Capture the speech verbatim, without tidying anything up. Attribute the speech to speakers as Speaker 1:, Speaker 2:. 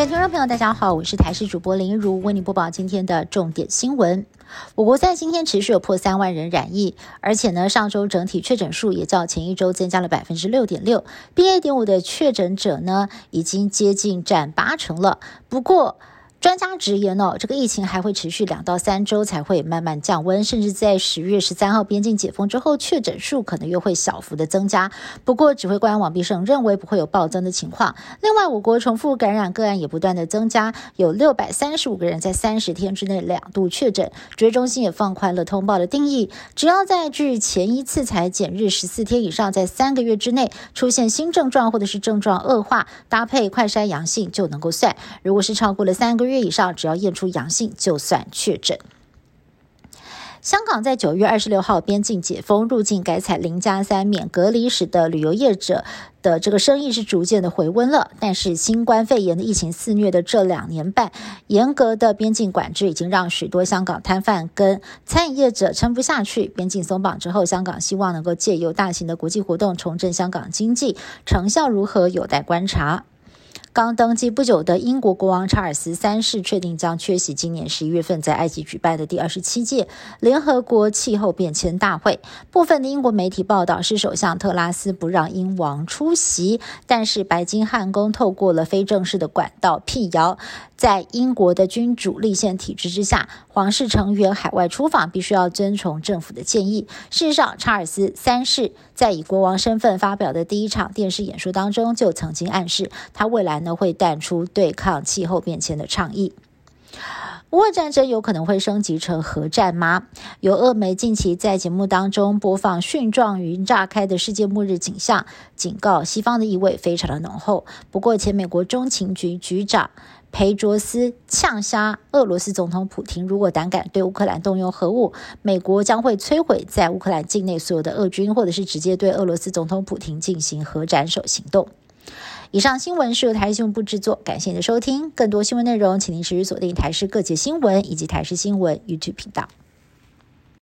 Speaker 1: 听众朋友大家好，我是台视主播林如，为您播报今天的重点新闻。我国在今天持续有破三万人染疫，而且呢，上周整体确诊数也较前一周增加了 百分之六点六， B A 点五 的确诊者呢已经接近占八成了。不过专家直言哦，这个疫情还会持续两到三周才会慢慢降温，甚至在十月十三号边境解封之后，确诊数可能又会小幅的增加。不过指挥官王必胜认为不会有暴增的情况。另外，我国重复感染个案也不断的增加，有六百三十五个人在三十天之内两度确诊。指挥中心也放宽了通报的定义，只要在距前一次采检日十四天以上，在三个月之内出现新症状或者是症状恶化，搭配快筛阳性就能够算。如果是超过了三个月月以上，只要验出阳性就算确诊。香港在九月二十六号边境解封，入境改采零加三免隔离，使得旅游业者的这个生意是逐渐的回温了。但是新冠肺炎的疫情肆虐的这两年半，严格的边境管制已经让许多香港摊贩跟餐饮业者撑不下去。边境松绑之后，香港希望能够借由大型的国际活动重振香港经济，成效如何有待观察。刚登基不久的英国国王查尔斯三世确定将缺席今年十一月份在埃及举办的第二十七届联合国气候变迁大会。部分的英国媒体报道是首相特拉斯不让英王出席，但是白金汉宫透过了非正式的管道辟谣，在英国的君主立宪体制之下，皇室成员海外出访必须要遵从政府的建议。事实上，查尔斯三世在以国王身份发表的第一场电视演说当中就曾经暗示，他未来呢会淡出对抗气候变迁的倡议。乌俄战争有可能会升级成核战吗？有俄媒近期在节目当中播放蕈状云炸开的世界末日景象，警告西方的意味非常的浓厚。不过前美国中情局局长裴卓斯呛瞎俄罗斯总统普亭，如果胆敢对乌克兰动用核武，美国将会摧毁在乌克兰境内所有的俄军，或者是直接对俄罗斯总统普亭进行核斩首行动。以上新闻是由台视新闻部制作，感谢您的收听。更多新闻内容，请您持续锁定台视各节新闻以及台视新闻 YouTube 频道。